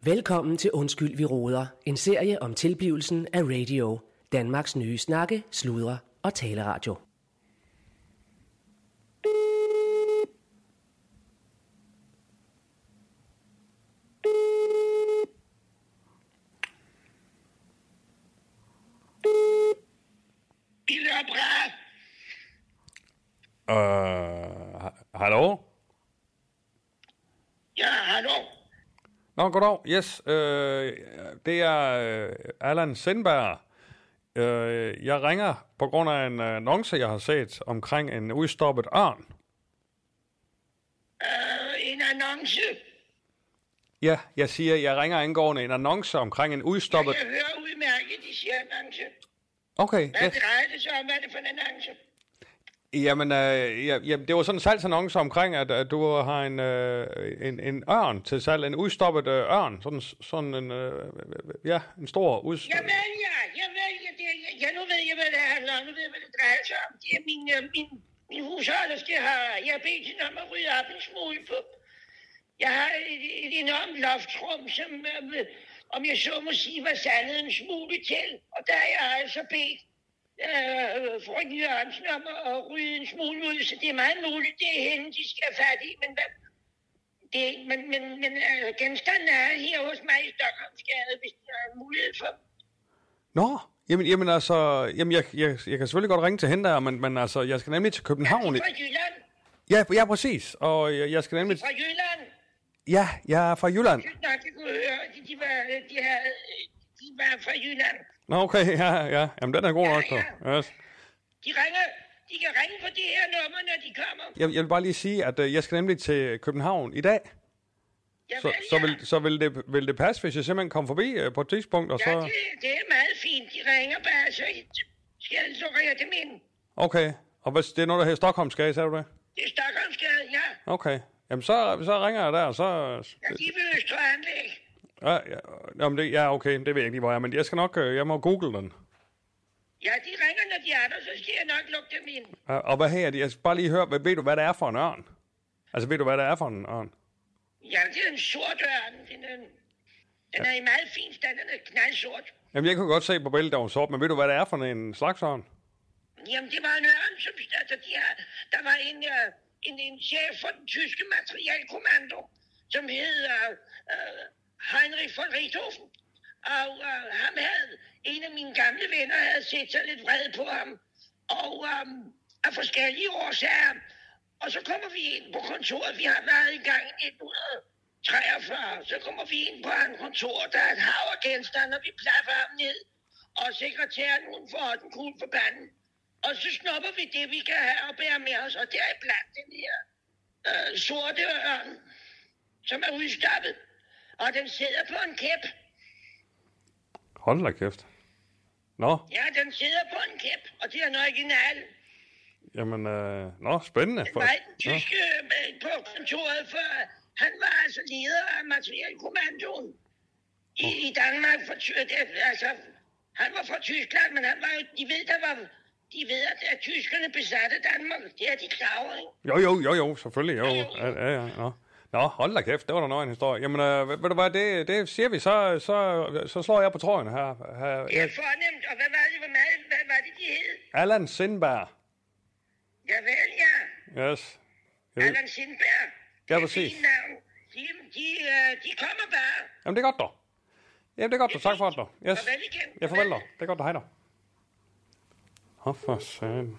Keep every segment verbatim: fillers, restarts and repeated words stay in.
Velkommen til Undskyld, vi råder. En serie om tilblivelsen af radio. Danmarks nye snakke, sludre og taleradio. Øh, hallo? Ja, hallo? Nå, goddag. Yes, øh, det er øh, Allan Sindberg. Øh, jeg ringer på grund af en annonce, jeg har set omkring en udstoppet ørn. Øh, en annonce? Ja, jeg siger, jeg ringer angående en annonce omkring en udstoppet... Jeg hører udmærket, de siger annonce. Okay, Hvad yes. drejer det sig om? Hvad er det for en annonce? Jamen, øh, ja, ja, det var sådan en salgsannonce omkring, at, at du har en, øh, en, en ørn til salg, en udstoppet øh, ørn, sådan, sådan en, øh, ja, en stor udstoppet... Jamen ja, jeg ved, jeg, det, jeg, jeg, nu ved jeg, hvad det handler om, nu ved jeg, hvad det drejer sig om. Det er min, øh, min, min husholderske har, jeg har bedt hende om at rydde op en smule på. Jeg har et, et enormt loftsrum, som, øh, om jeg så må sige, var sandet en smule til, og der har jeg altså bedt Øh, frøken Jørgensen om at rydde en smule ud, så det er meget muligt, det er hende, de skal have fat i, men hvad? Det, men, men, men øh, genstanden er her hos mig i Stockholmsgade, hvis der er mulighed for. Nå, jamen, jamen altså, jamen jeg, jeg, jeg kan selvfølgelig godt ringe til hende der, men, men altså, jeg skal nemlig til København. Er de fra Jylland? Ja, ja, præcis, og jeg, jeg skal nemlig... Fra Jylland? Ja, jeg er fra Jylland. Jeg synes nok, jeg kunne høre, de, de, var, de, havde, de var fra Jylland. Nå, okay, ja, ja. Jamen, den er god Ja, nok, ja. da. Yes. De ringer, de kan ringe på det her nummer, når de kommer. Jeg, jeg vil bare lige sige, at uh, jeg skal nemlig til København i dag. Ja, Så, vel, så, ja. vil, så vil, det, vil det passe, hvis jeg simpelthen kommer forbi uh, på et tidspunkt, og Ja, så... det, det er meget fint. De ringer bare, så skal jeg så ringer dem ind. Okay, og hvis det er noget, der hedder Stockholmsgade, sagde du det? Det er Stockholmsgade, ja. Okay, jamen så, så ringer jeg der, og så... Ja, de vil Østre Anlæg. Ja, ja, jamen det, ja, okay, det ved jeg ikke lige, hvor jeg er, men jeg skal nok, uh, jeg må google den. Ja, de ringer, når de er der, så skal jeg nok lukke dem ind. Ja, og hvad her? Jeg skal bare lige høre, hvad, ved du, hvad det er for en ørn? Altså, ved du, hvad det er for en ørn? Ja, det er en sort ørn. Den er, den er i meget fin stand. Den er knaldsort. Jamen, jeg kunne godt se på billedet, der var sort, men ved du, hvad det er for en slags ørn? Jamen, det var en ørn, som altså, de har, der var en, uh, en, en chef for den tyske materialkommando, som hed uh, uh, Heinrich von Richthofen. Og uh, ham havde, en af mine gamle venner havde set sig lidt vred på ham. Og um, af forskellige årsager. Og så kommer vi ind på kontoret. Vi har været i gang i nitten treogfyrre. Så kommer vi ind på hans kontor. Der er et hav af genstande, og vi plaffer ham ned. Og sekretæren, hun får den kugle for panden. Og så snupper vi det, vi kan have og bære med os. Og der er blandt den her øh, sorte ørn, som er udstoppet. Og den sidder på en kæp. Hold da kæft. Nå. Ja, den sidder på en kæp, og det er en original. Jamen, øh, nå, spændende. Den var den tyske øh, på kontoret, for han var altså leder af materialkommandoen i, i Danmark. For, altså, han var fra Tyskland, men han var jo, de ved, der var, de ved, at, at tyskerne besatte Danmark. Det er de klar over, ikke? Jo, jo, jo, jo, selvfølgelig, jo. Ja, ja, ja, ja. Nå, hold da kæft, det var da noget en historie. Jamen, øh, ved, ved du hvad, det, det siger vi, så, så, så slår jeg på tråden her. her. Det er fornemt, og hvad var det, hvad, meget, hvad var det, de hed? Allan Sindberg. Ja vel, ja. Yes. Allan Sindberg. Ja, præcis. Det er fint navn. De, de, øh, de kommer bare. Jamen, det er godt dog. Jamen, det er godt dog. Tak for det dog. Yes. Farvel igen. Ja, farvel dog. Det er godt, hej dog. Åh, for satan.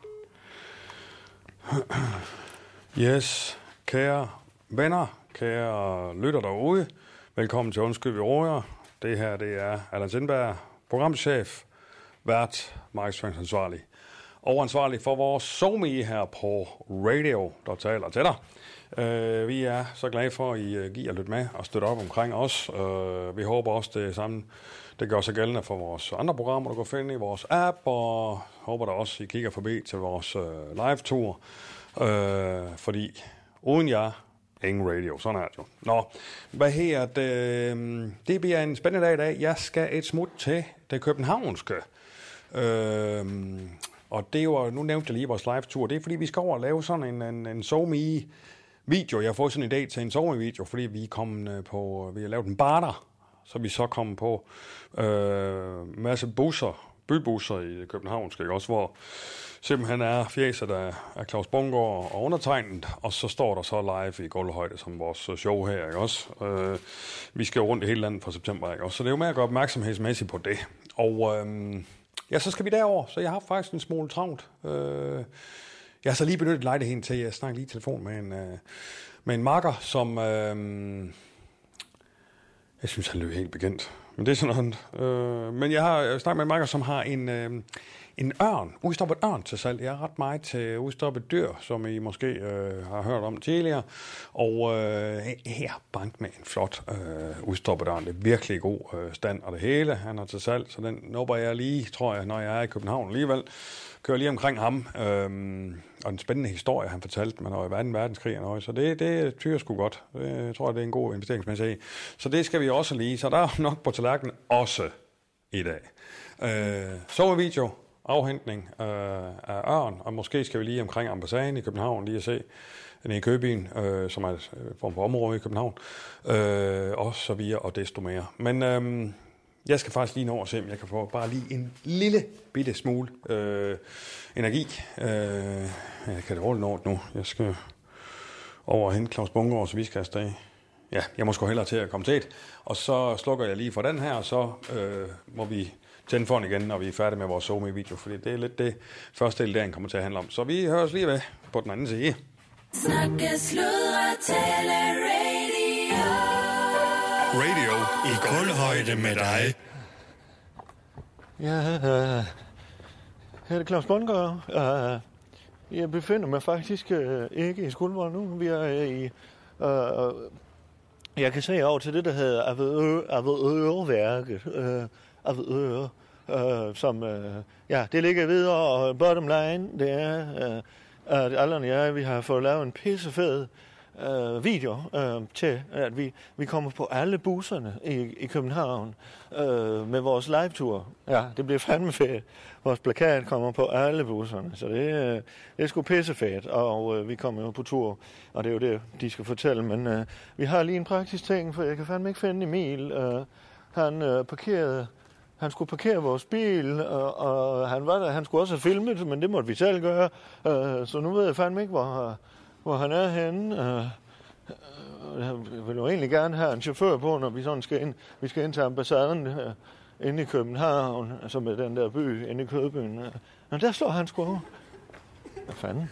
Yes, kære venner, kære lytter derude. Velkommen til Undskyld, vi råder. Det her, det er Allan Sindberg, programchef, vært, markedsføringsansvarlig og ansvarlig for vores SoMe her på radio, der taler til dig. Uh, vi er så glade for, at I uh, giver lidt med og støtter op omkring os. Uh, vi håber også, det samme det gør sig gældende for vores andre programmer, du kan finde i vores app, og håber da også, at I kigger forbi til vores uh, live-tour. Uh, fordi uden jer, ingen radio. Sådan er det jo. Nå, hvad her? Det, det bliver en spændende dag i dag. Jeg skal et smut til det københavnske. Uh, og det var, nu nævnte jeg lige vores live-tour. Det er fordi, vi skal over og lave sådan en, en, en SoMe-video. Jeg har fået sådan en idé til en SoMe-video, fordi vi kom på, vi har lavet en barter, så er vi så kommet på øh, masse busser, bybusser i København, skal også, hvor simpelthen er fjeset af, af Claus Bundgaard og undertegnet, og så står der så live i gulvhøjde som vores show her, ikke også? Øh, vi skal jo rundt i hele landet for september, ikke også? Så det er jo med at gøre opmærksomhedsmæssigt på det. Og øh, ja, så skal vi derover, så jeg har faktisk en smule travlt. Øh, jeg har så lige benyttet lejligheden til, at snakke lige i telefon med en, øh, med en makker, som øh, jeg synes, han løb helt bekendt. Men det er sådan noget. Øh, men jeg har snakket med en makker, som har en... Øh, En ørn, udstoppet ørn til salg. Jeg er ret meget til udstoppet dyr, som I måske øh, har hørt om tidligere. Og øh, her bank med en flot øh, udstoppet ørn. Det er virkelig god øh, stand og det hele. Han har til salg, så den nubber jeg lige, tror jeg, når jeg er i København alligevel. Kører lige omkring ham. Øh, og den spændende historie, han fortalte mig, når jeg var i anden verdenskrig og noget. Så det, det tyrer sgu godt. Det, jeg tror, det er en god investeringsmæssig. Så det skal vi også lige. Så der er nok på tallerkenen også i dag. Øh, så video. Afhentning øh, af ørn, og måske skal vi lige omkring ambassaden i København, lige at se den i Købyen, øh, som er et form for område i København, øh, og så videre, og desto mere. Men øh, jeg skal faktisk lige nå at se, om jeg kan få bare lige en lille bitte smule øh, energi. Øh, jeg kan det roligt nå nu. Jeg skal over og hente Claus Bundgaard, så vi skal afsted. Ja, jeg må sgu hellere til at komme til et, og så slukker jeg lige for den her, og så øh, må vi tænde for den igen, når vi er færdige med vores SoMe-video, fordi det er lidt det første del, dagen kommer til at handle om. Så vi høres lige ved på den anden side. Snakke, sludre, tale, radio. Radio i kulhøjde med dig. Ja, uh, her er det Claus Bundgaard. Uh, jeg befinder mig faktisk uh, ikke i Skuldborg nu. Vi er uh, i... Uh, jeg kan se over til det, der hedder Avedøreværket. Uh, Avedøre, uh, som... Uh, ja, det ligger videre, og bottom line, det er... Uh, at Allan og jeg, vi har fået lavet en pissefed uh, video uh, til, at vi, vi kommer på alle busserne i, i København uh, med vores live-tur. Ja, det bliver fandme fedt. Vores plakat kommer på alle busserne, så det, uh, det er sgu pissefedt, og uh, vi kommer jo på tur, og det er jo det, de skal fortælle. Men uh, vi har lige en praktisk ting, for jeg kan fandme ikke finde Emil. Uh, han uh, parkerede... Han skulle parkere vores bil, og, og han var der. Han skulle også have filmet, men det måtte vi selv gøre. Uh, så nu ved jeg fandme ikke, hvor, hvor han er henne. Uh, uh, jeg vil jo egentlig gerne have en chauffør på, når vi sådan skal ind. Vi skal ind til ambassaden uh, inde i København, altså med den der by inde i Kødbyen. Uh, men der står han sgu over. Hvad fanden?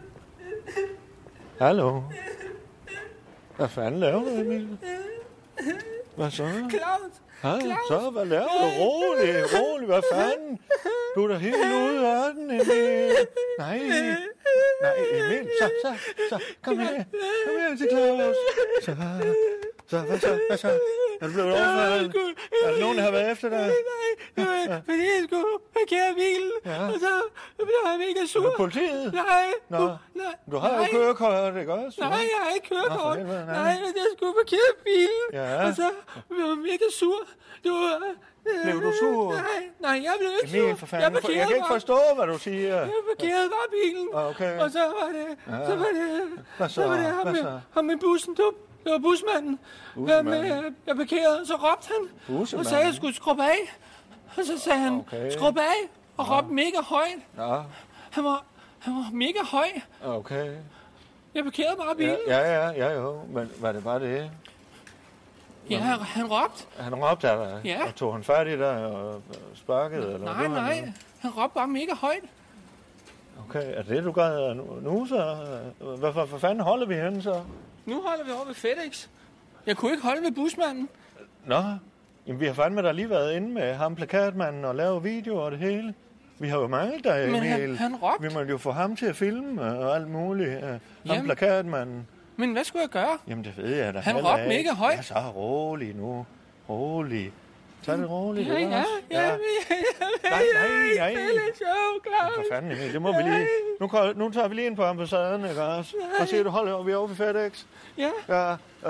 Hallo? Hvad fanden laver du, Emil? Hvad så? Claus! Hej, så hvad laver du? Rolig, rolig, hvad fanden? Du er da helt ude af den, Emil. Nej, nej, Emil, så, så, så, kom her. Kom her til Claus. Så, så, hvad så, hvad så? Er du blevet overfaldet? Er der nogen, der har været efter dig? Nej, nej, fordi jeg skulle parkere bilen, ja. Og så blev jeg mega sur. Er du politiet? Nej. Nå, du, nej, du har jo kørekort, ikke også? Nej, jeg har ikke kørekort. Nå, nej. nej, men jeg skulle parkere bilen, ja. Og så blev jeg mega sur. Det var... Øh, blev du sur? Nej, nej, jeg blev ikke Emil, sur. for fanden, jeg, jeg kan ikke forstå, hvad du siger. Jeg parkerede bare bilen, okay. Og så var det... Ja. Så var det... Hvad så? Så var det ham, hvad med, så? ham med bussen, du. Det var busmanden. Busmanden? Jeg, jeg parkerede, så råbte han. Busmanden? Og sagde, at jeg skulle skrubbe af. Og så sagde han, okay. skrubbe af. Og ja. råbte mega højt. Ja. Han var, han var mega høj. Okay. Jeg parkerede bare bilen. Ja, ja, ja, ja jo. Men var det bare det? Ja, han, han råbte. Han råbte af dig? Ja. Og tog han fat i dig og sparkede? Eller nej, nej. Han, han råbte bare mega højt. Okay, er det, du gør nu så? Hvad for fanden holder vi henne så? Nu holder vi over ved FedEx. Jeg kunne ikke holde ved busmanden. Nå, jamen vi har fandme da lige været inde med ham, plakatmanden, og lavet videoer og det hele. Vi har jo manglet dig, Emil. Men han, han råbte. Vi måtte jo få ham til at filme og alt muligt. Ham, jamen, plakatmanden. Men hvad skulle jeg gøre? Jamen det ved jeg da. Han råbte mega højt. Ja, så rolig nu. Rolig. Tag det roligt. Ja, ja, ja. ja. ja. Nej, nej, nej. For fanden, Emil, det må vi lige... Nu, nu tager vi lige ind på ambassaden, ikke også? Og siger du, hold over, vi er over ved FedEx. Ja. Ja, uh,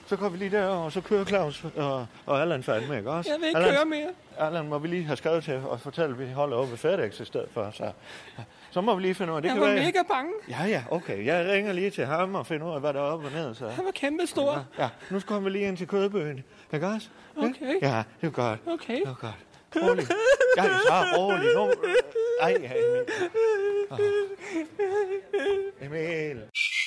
så går vi lige derover, og så kører Claus og, og Allan fandme, ikke også? Jeg vil ikke Allan, køre mere. Allan må vi lige have skrevet til og fortælle, at vi holder over ved FedEx i stedet for. Så, så må vi lige finde ud af det. Jeg kan var være... mega bange. Ja, ja, okay. Jeg ringer lige til ham og finder ud af, hvad der er op og ned. Så. Han var kæmpe stor. Ja, ja. Nu skal vi lige ind til Kødbøen. Ikke også? Okay. Ja, det er godt. Okay. Det er godt. Rolig. Ja, så rolig. Nu... Ej, Emil. Oh. Emil.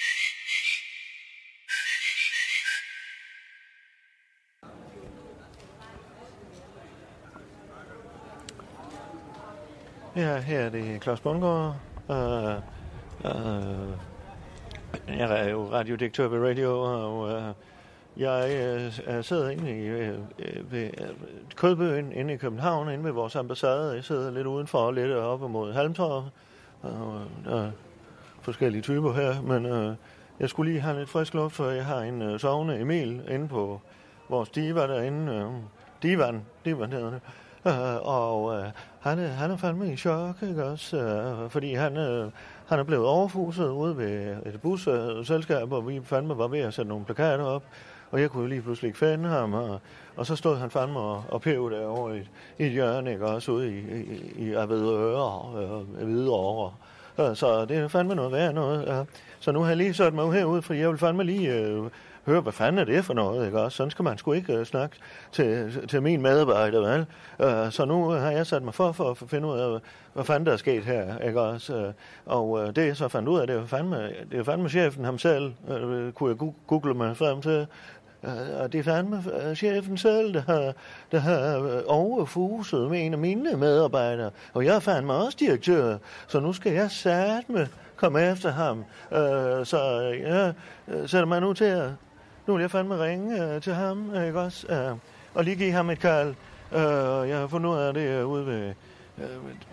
Ja, her er det Claus Bundgaard. Uh, uh, jeg er jo radiodirektør ved Radio, og uh, jeg uh, sidder inde i uh, ved uh, Kødbøen inde i København, inde ved vores ambassade. Jeg sidder lidt udenfor, lidt oppe mod Halmtorv. Uh, der er forskellige typer her, men uh, jeg skulle lige have lidt frisk luft, for jeg har en uh, sovende Emil inde på vores diva derinde. Uh, divan, divan hedder det. Uh, og uh, han, er, han er fandme i chok, ikke også? Uh, fordi han, uh, han er blevet overfuset ude ved et busselskab, hvor vi fandme var ved at sætte nogle plakater op. Og jeg kunne jo lige pludselig ikke finde ham, og, og så stod han fandme og, og pæv derovre i, i et hjørne, ikke også? Ude i, i, i Avedøre, uh, Hvidovre. Uh, så det er fandme noget værd noget. Uh, så nu har jeg lige sat mig herud, fordi jeg vil fandme lige... Uh, høre, hvad fanden er det for noget, ikke også? Sådan skal man sgu ikke uh, snakke til, til min medarbejder, vel? Uh, så nu har jeg sat mig for, for at finde ud af, hvad fanden der er sket her, ikke også? Uh, og uh, det jeg så fandt ud af, det er jo fandme, det er fandme chefen ham selv, uh, kunne jeg google mig frem til. Uh, og det er fandme uh, chefen selv, der har, der har uh, overfuset med en af mine medarbejdere. Og jeg er fandme også direktør, så nu skal jeg satme komme efter ham. Uh, så jeg uh, sætter mig nu til at Nu vil jeg fandme ringe uh, til ham, ikke også? Uh, og lige give ham et kald. Uh, jeg har fundet ud af det uh, ude ved... Uh,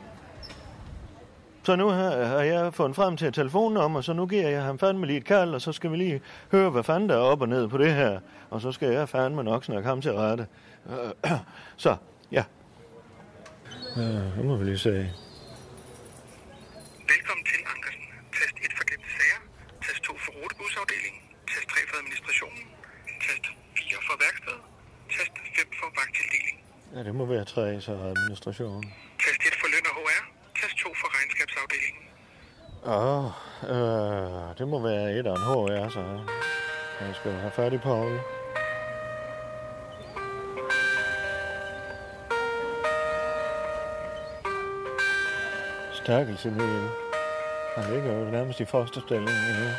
så nu har, har jeg fundet frem til et telefonnummer, så nu giver jeg ham fandme lige et kald, og så skal vi lige høre, hvad fanden der er op og ned på det her. Og så skal jeg fandme nok snakke ham til rette. Uh, så, ja. Uh, nu må vi lige se. Velkommen til Ankersen. Test et for glemte sager. Test to for rutebusafdelingen. Test tre for administrationen. Test fire for værkstedet. Test fem for vagttildeling. Ja, det må være tre, så administrationen. Test et for løn og H R. Test to for regnskabsafdelingen. Åh, oh, øh, det må være et af en H R, så jeg skal have fat i Paul. Stærkelse Emil. Han ligger jo nærmest i fosterstilling endnu.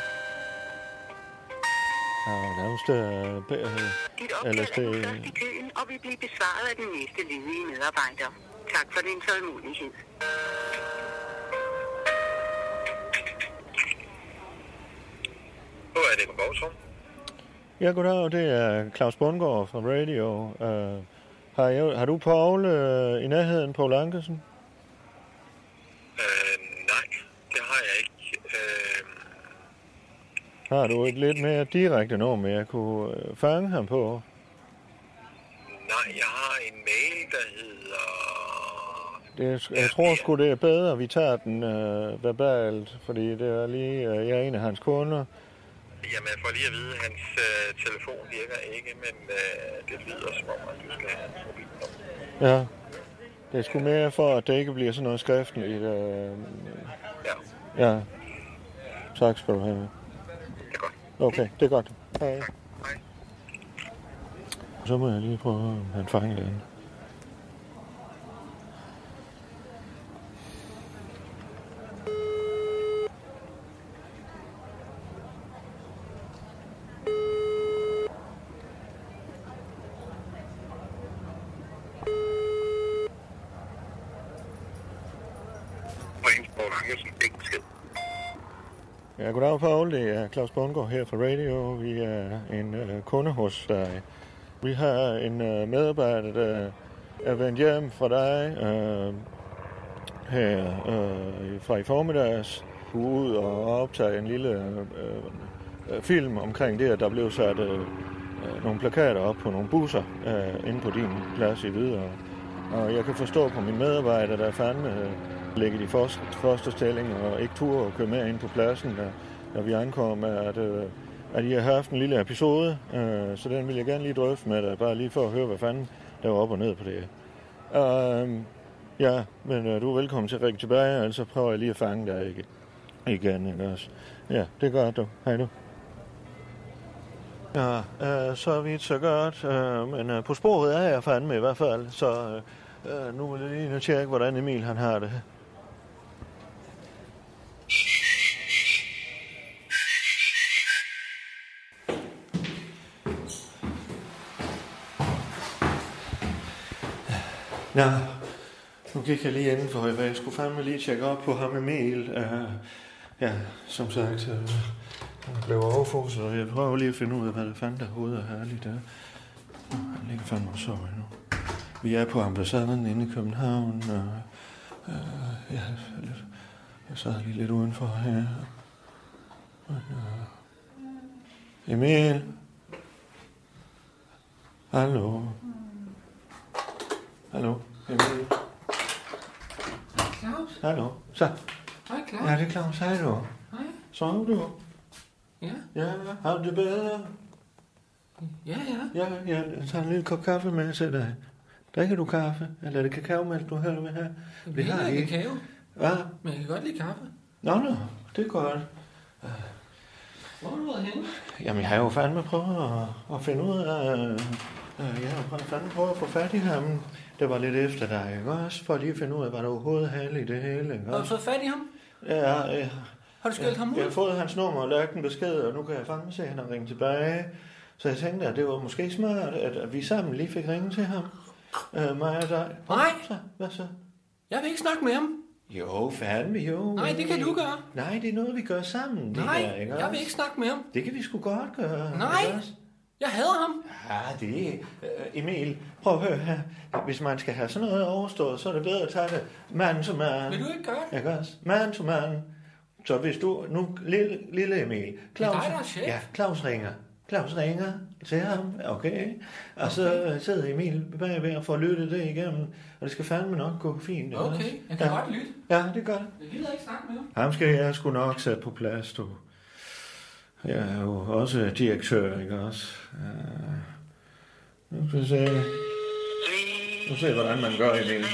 Ja, nærmest øh, bæ- Dit opkald er nu først i køen, og vil blive besvaret af den næste ledige medarbejder. Tak for din tålmodighed. Hvor er det på Borgtorv? Ja, goddag. Det er Claus Bundgaard fra Radio. Uh, har, jeg, har du Paul uh, i nærheden, Paul Ankersen? Øh, nej, det har jeg ikke. Øh... Har du et lidt mere direkte nummer, jeg kunne uh, fange ham på? Nej, jeg har en mail, der hedder... Det, jeg tror sgu, det er bedre, at vi tager den uh, verbalt, fordi det er lige, uh, jeg er en af hans kunder. Jamen, jeg får lige at vide, at hans øh, telefon virker ikke, men øh, det lyder som om, at du skal have hans mobilnummer. Ja, det er sgu mere for, at det ikke bliver sådan noget skriftligt. Øh, ja. Ja, tak skal du have. Det er godt. Okay, det er godt. Hej. Tak. Hej. Så må jeg lige prøve, om han fanger den. Ja, goddag Paul. Det er Claus Bundgaard her fra Radio. Vi er en uh, kunde hos dig. Vi har en uh, medarbejder, der er vendt hjem fra dig uh, her uh, fra i formiddags. Ud og optage en lille uh, uh, film omkring det, at der blev sat uh, uh, nogle plakater op på nogle busser uh, inde på din plads i Hvidovre. Og jeg kan forstå på mine medarbejdere, der er fandme uh, ligget i første, første stilling og ikke turde at køre med ind på pladsen, da, da vi ankom, at, øh, at I har haft en lille episode, øh, så den vil jeg gerne lige drøfte med dig, bare lige for at høre, hvad fanden der var op og ned på det. Øh, ja, men øh, du er velkommen til at række tilbage, altså prøver jeg lige at fange dig ikke igen, ikke også? Ja, det gør du. Hej du. Ja, øh, så vidt så godt, øh, men øh, på sporet er jeg fandme i hvert fald, så øh, nu vil jeg lige tjekke, hvordan Emil han har det. Nå, nu gik jeg lige indenfor, for jeg skulle fandme lige tjekke op på ham Emil. Uh, ja, som sagt, uh, han blev overfokuset, og jeg prøver lige at finde ud af, hvad der fandt der hovedet er herligt der. Uh, han ligger fandme og sover nu. Vi er på ambassaden inde i København, og uh, ja, jeg sad lige lidt udenfor her. Uh, Emil? Hallo? Hallo, Emil. Claus? Hallo, så. Hej, Claus. Ja, det er Claus. Hej du. Hej. Sover du? Ja. Ja, har du det bedre? Ja, ja. Ja, ja, jeg tager en lille kop kaffe med til dig. Drikker du kaffe? Eller er det kakaomælk, du hælder med her? Vi har ikke kakao. Hvad? Men jeg kan godt lide kaffe. Nå, nå, det er godt. Hvor har du været henne? Jamen, jeg har jo fandme prøvet at, at finde ud af... Jeg har fandme prøvet at få fat i ham. Det var lidt efter dig, ikke også? For lige at finde ud af, hvad der overhovedet havde i det hele, ikke også? Har du fået fat i ham? Ja, ja. Har du skældt ja, ham ud? Jeg har fået hans nummer og lagt en besked, og nu kan jeg fandme se, at han har ringet tilbage. Så jeg tænkte, at det var måske smart, at vi sammen lige fik ringet til ham. Uh, mig og dig. Nej. Så, hvad så? Jeg vil ikke snakke med ham. Jo, fandme jo. Nej, det kan du gøre. Nej, det er noget, vi gør sammen. Det Nej, her, ikke jeg vil ikke snakke med ham. Det kan vi sgu godt gøre. Nej, jeg hader ham. Ja, det er... Uh, Emil, prøv at høre her. Hvis man skal have sådan noget overstået, så er det bedre at tage det mand til mand. Vil du ikke gøre det? Jeg gør også. Mand til mand. Så hvis du... Nu, lille, lille Emil. Claus, det er dig, der er chef. Ja, Claus ringer. Claus ringer til ham, okay. Og okay. Så sidder Emil bagved og får lyttet det igennem. Og det skal fandme nok gå fint. Okay, også. jeg kan ja. godt lytte. Ja, det gør det. Jeg gider ikke snakke med ham. Ham skal jeg sgu nok sætte på plads, du. Jeg er jo også direktør, ikke også? Uh, nu skal vi se. Nu se, hvordan man gør, Emil.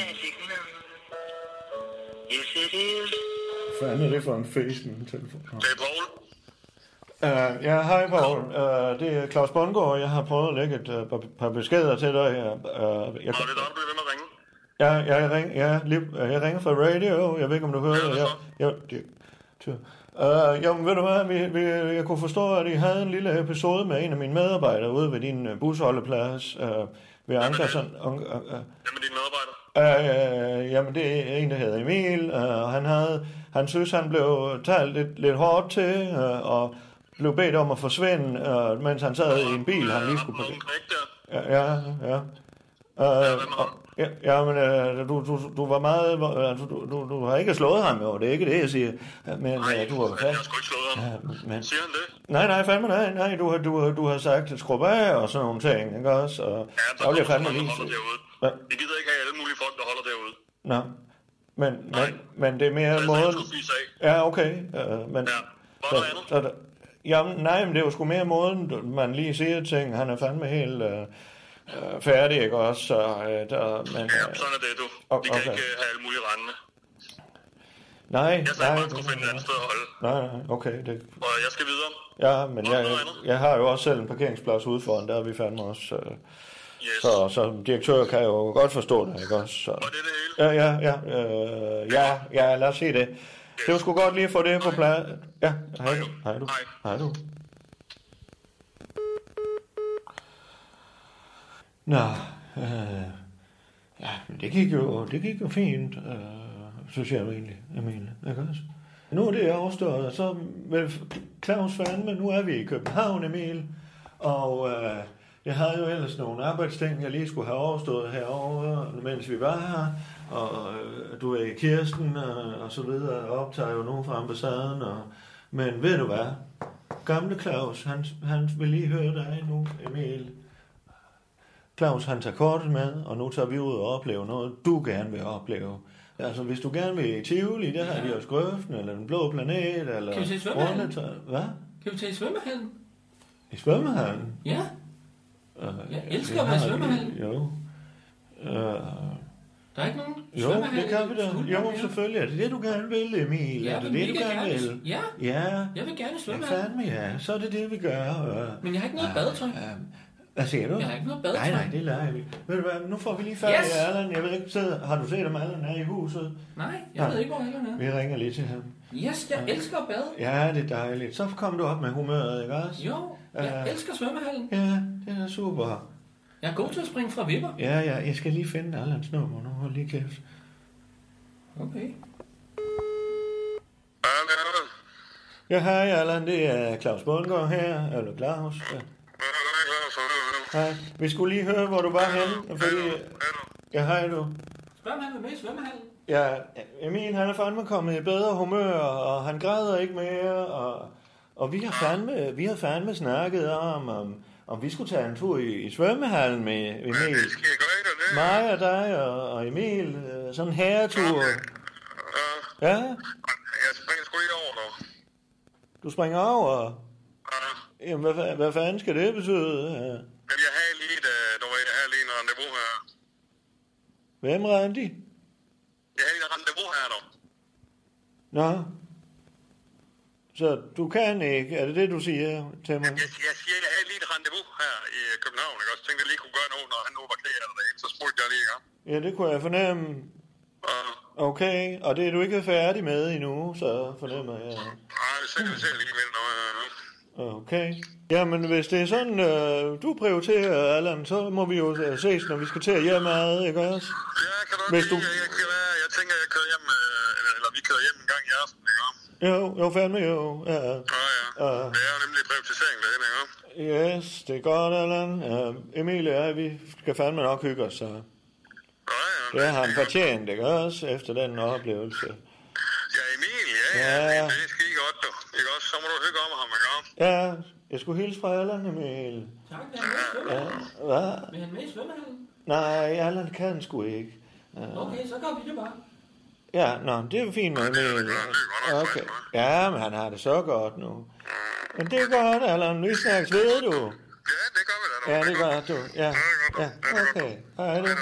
Hvad fanden er det for en Facebook-telefon? Det er Paul. Uh, ja, hej Paul. Uh, det er Claus Bundgaard. Jeg har prøvet at lægge et uh, par beskeder til dig. Uh, jeg, Nå, det er dig, du bliver ved med at ringe. Ja, jeg, ring, ja, lige, jeg ringer fra radio. Jeg ved ikke, om du hører det. Ja, ja, det Uh, jamen, ved du hvad, vi, vi, jeg kunne forstå, at I havde en lille episode med en af mine medarbejdere ude ved din uh, busholdeplads. Uh, ved Ankersen. Uh, uh, uh, Hvem er din medarbejder? Uh, uh, jamen, det er en, der hedder Emil. Uh, han, havde, han synes, han blev talt lidt, lidt hårdt til, uh, og blev bedt om at forsvinde, uh, mens han sad i en bil, han lige skulle på. Ja, ja, ja. Uh, og, ja, ja, men uh, du, du, du var meget... Uh, du, du, du har ikke slået ham, jo. Det er ikke det, jeg siger. Men, nej, uh, du har, jeg har sgu ikke slået ham. Ja, men, siger han det? Nej, nej, fandme nej. nej du, har, du, du har sagt et skrub af og sådan nogle ting, ikke også? Og, ja, der er jeg fandme nogen, lige... der holder derude. Ja. Vi gider ikke have alle mulige folk, der holder derude. Nå, men, men, men det er mere det er måden... Ja, okay. Uh, men, ja, var der andet? Så, så, jamen, nej, men det er jo sgu mere måden, man lige siger ting. Han er fandme helt... Uh, Uh, færdig, ikke også? Så, uh, der, men, uh, ja, sådan er det, du. Okay, Vi kan okay. ikke uh, have alle mulige rendende. Nej, jeg sagde, nej. Jeg skulle finde et andet sted at holde. Nej, nej, okay. Det... Og jeg skal videre. Ja, men jeg, jeg, jeg har jo også selv en parkeringsplads ude foran, der er vi fandme også. Uh, yes. Så som direktør kan jeg jo godt forstå det, ikke også? Så. Og det er det hele? Ja, ja, ja. Uh, ja, ja, lad os sige det. Yes. Det var sgu godt lige at få det på plads. Ja, hej du. Hej du. Hej. Hej du. Nå, øh, ja, det gik jo, det gik jo fint, øh, synes jeg jo egentlig, Emil, ikke også? Nu er det overstået, så vel, Claus fandme, nu er vi i København, Emil, og øh, jeg havde jo ellers nogle arbejdsting, jeg lige skulle have overstået herovre, mens vi var her, og øh, du er Kirsten og, og så videre, optager jo nogen fra ambassaden, og, men ved du hvad, gamle Claus, han, han vil lige høre dig nu, Emil. Claus, han tager kortet med, og nu tager vi ud og opleve noget, du gerne vil opleve. Altså, hvis du gerne vil i Tivoli, der har de også Grøften, eller Den Blå Planet, eller... Kan vi tage i svømmehallen? Hvad? Kan vi tage i svømmehallen? I svømmehallen? Ja. Uh, jeg elsker at være i svømmehallen. Jo. Uh, der er ikke nogen jo, det kan vi da. Jo, selvfølgelig. Er det det, du gerne vil, Emil? Ja, er det det, du gerne, gerne vil? Ja. ja, jeg vil gerne svømme. Ja, fandme ja. Så er det det, vi gør. Uh, Men jeg har ikke noget uh, badetøj. Uh, hvad siger du? Jeg har ikke noget badetøj. Nej, nej, det lader vi. Ved du hvad, nu får vi lige færdig yes. af Allan. Jeg ved ikke, så har du set, om Allan er i huset? Nej, jeg ja. ved ikke, hvor Allan er. Vi ringer lige til ham. Yes, jeg ja. elsker at bade. Ja, det er dejligt. Så kom du op med humøret, ikke også? Jo, jeg uh, elsker svømmehallen. Ja, det er super. Jeg er god til at springe fra vipper. Ja, ja, jeg skal lige finde Allans nummer nu. Hold lige kæft. Okay. Ja, hej Allan, det er Claus Bundgaard her. Eller Claus. Ja. Hej. Vi skulle lige høre, hvor du var henne. Fordi... Ja, hej du. Spørg om han vil med i svømmehallen. Ja, Emil, han er fandme kommet i bedre humør, og han græder ikke mere, og, og vi har fandme, vi har fandme snakket om, om, om vi skulle tage en tur i, i svømmehallen med Emil. Ja, det skal jeg gøre, det. Mig og dig og, og Emil, sådan en herretur. Ja. Ja? Jeg springer sgu lige over, dog. Du springer over? Ja. Jamen, hvad, hvad fanden skal det betyde? Ja. Jamen, jeg har lige et, du ved, jeg har lige en rendezvous her. Hvem Randi? Jeg har lige et rendezvous her, dog. Nå. Så du kan ikke, er det det, du siger til mig? Jeg, jeg siger, jeg har lige et rendezvous her i København, ikke også? Tænkte, jeg lige kunne gøre noget, når han nu var klædt af det, så spurgte jeg lige, ikke? Ja, det kunne jeg fornemme. Ja. Okay, og det er du ikke færdig med endnu, så fornemmer jeg. Nej, vi ser, vi ser lige med noget. Okay. Jamen, hvis det er sådan, øh, du prioriterer, Allan, så må vi jo uh, ses, når vi skal til at hjemme ad, ikke også? Ja, kan du hvis ikke? Du... Jeg, jeg, jeg, jeg tænker, jeg kører hjem, øh, eller vi kører hjem en gang i aften, ikke? Jo, jo, fandme jo. Ja, ja. ja. Uh, det er jo nemlig prioritisering derhen, ikke? Yes, det er godt, Allan. Uh, Emilie og jeg, vi skal fandme nok hygge os, så... Ja, ja. Det har han fortjent, ikke også, efter den oplevelse. Ja, Emil, ja, ja. ja. Det er skide godt, du. Ikke også? Så må du hygge om ham, ikke? Ja, jeg skulle hilse fra Allan, Emil. Tak, vil han med i svømmehallen? Ja, hvad? Vil han med i svømmehallen? Nej, Allan kan sgu ikke. Uh... Okay, så gør vi det bare. Ja, nå, det er jo fint med Emil. Okay. Ja, men han har det så godt nu. Men det er godt, Allan. Vi snakkes ved, du. Ja, det gør vi da. Ja, det gør du. Ja, ja, okay. Hej, du.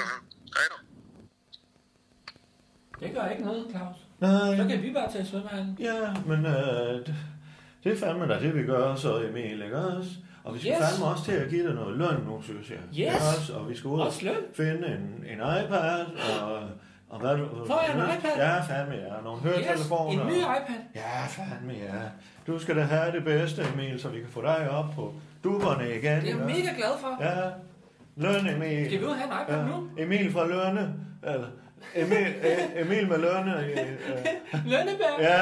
Det gør ikke noget, Claus. Nej. Så kan vi bare tage svømmehallen. Ja, men øh, det, det er fandme da det, vi gør, så Emil, ikke også? Og vi skal yes. fandme også til at give dig noget løn nu, synes jeg. Yes. Også, og vi skal ud og finde en, en iPad, og, og hvad du... Får jeg en iPad? Ja, fandme ja. Nogle høretelefoner. Yes, en ny iPad? Ja, fandme ja. Du skal da have det bedste, Emil, så vi kan få dig op på dupperne igen. Det er jeg mega glad for. Ja. Løn, Emil. Skal vi ud og have en iPad ja. nu? Emil fra Lønne. Eller... Emil, Emil med Lønne. Øh. Lønneberg? Ja.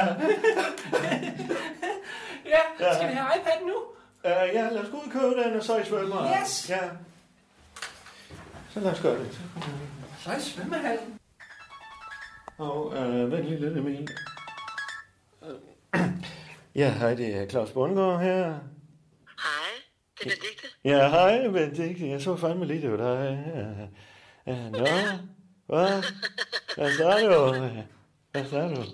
Ja, skal vi have iPad nu? Uh, ja, lad os gå ud og købe den, og så i svømmer. Yes! Ja. Så lad os gøre det. Så i svømmehallen. Og uh, vent lige lidt, Emil. Uh, ja, hej, det er Claus Bundgaard her. Hej, det er Benedikte. Ja, hej, Benedikte. Jeg så fandme lige, det var dig. Uh, uh, nå, hvad? Hvad er du? Hvad er du?